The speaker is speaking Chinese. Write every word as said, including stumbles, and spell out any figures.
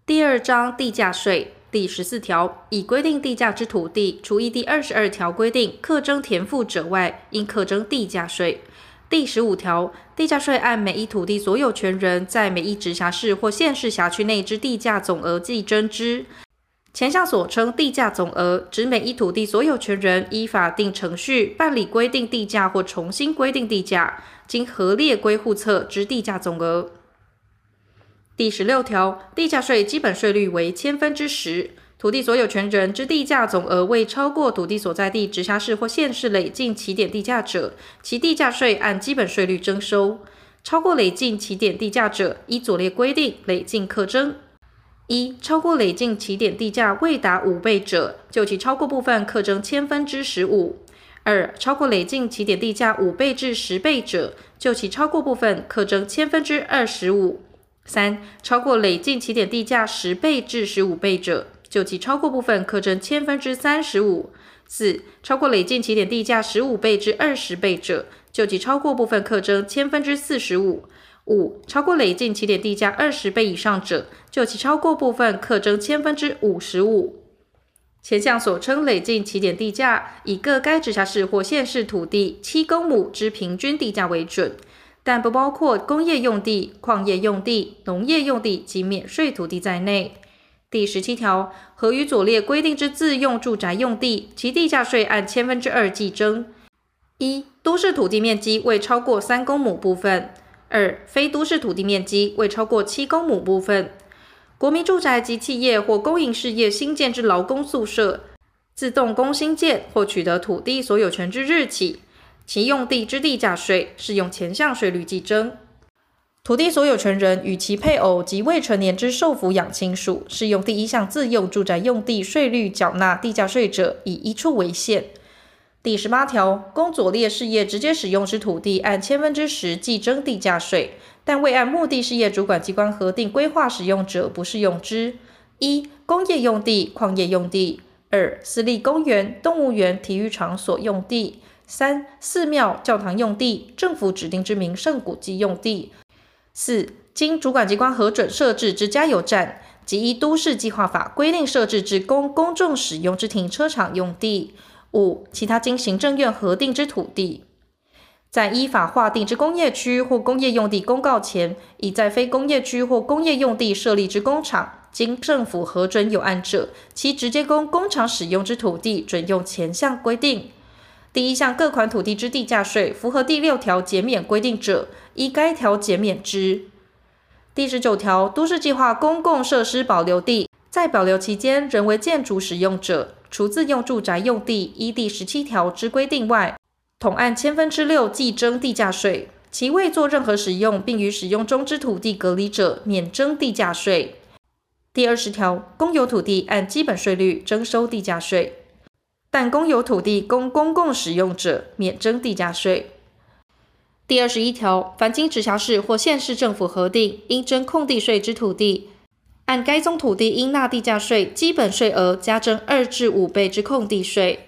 第二章地价税第十四条，已规定地价之土地，除依第二十二条规定课征田赋者外，应课征地价税。第十五条，地价税按每一土地所有权人在每一直辖市或县市辖区内之地价总额计征之。前项所称地价总额，指每一土地所有权人依法定程序办理规定地价或重新规定地价，经核列归户册之地价总额。第十六条，地价税基本税率为千分之十。土地所有权人之地价总额未超过土地所在地直辖市或县市累进起点地价者，其地价税按基本税率征收；超过累进起点地价者，依左列规定累进课征。一、超过累进起点地价未达五倍者，就其超过部分课征千分之十五。二、超过累进起点地价五倍至十倍者，就其超过部分课征千分之二十五。三、超过累进起点地价十倍至十五倍者，就其超过部分课征千分之三十五。四、超过累进起点地价十五倍至二十倍者，就其超过部分课征千分之四十五。五、超过累进起点地价二十倍以上者，就其超过部分课征千分之五十五。前项所称累进起点地价，以各该直辖市或县市土地七公亩之平均地价为准，但不包括工业用地、矿业用地、农业用地及免税土地在内。第十七条，合于左列规定之自用住宅用地，其地价税按千分之二计征。一、都市土地面积未超过三公亩部分；二、非都市土地面积未超过七公亩部分。国民住宅及企业或公营事业新建之劳工宿舍，自动工新建或取得土地所有权之日起，其用地之地价税适用前项税率计征。土地所有权人与其配偶及未成年之受抚养亲属，适用第一项自用住宅用地税率缴纳地价税者，以一处为限。第十八条，供左列事业直接使用之土地，按千分之十计征地价税，但未按目的事业主管机关核定规划使用者，不适用之。一、工业用地、矿业用地；二、私立公园、动物园、体育场所用地；三、寺庙、教堂用地、政府指定之名胜古迹用地；四、经主管机关核准设置之加油站及依都市计划法规定设置之供公众使用之停车场用地；五、其他经行政院核定之土地。在依法划定之工业区或工业用地公告前，已在非工业区或工业用地设立之工厂，经政府核准有案者，其直接供工厂使用之土地准用前项规定。第一项各款土地之地价税符合第六条减免规定者，依该条减免之。第十九条，都市计划公共设施保留地，在保留期间仍为建筑使用者，除自用住宅用地依第十七条之规定外，统按千分之六计征地价税；其未做任何使用，并于使用中之土地隔离者，免征地价税。第二十条，公有土地按基本税率征收地价税，但公有土地供公共使用者，免征地价税。第二十一条，凡经直辖市或县市政府核定应征空地税之土地，按该宗土地应纳地价税基本税额加征二至五倍之空地税。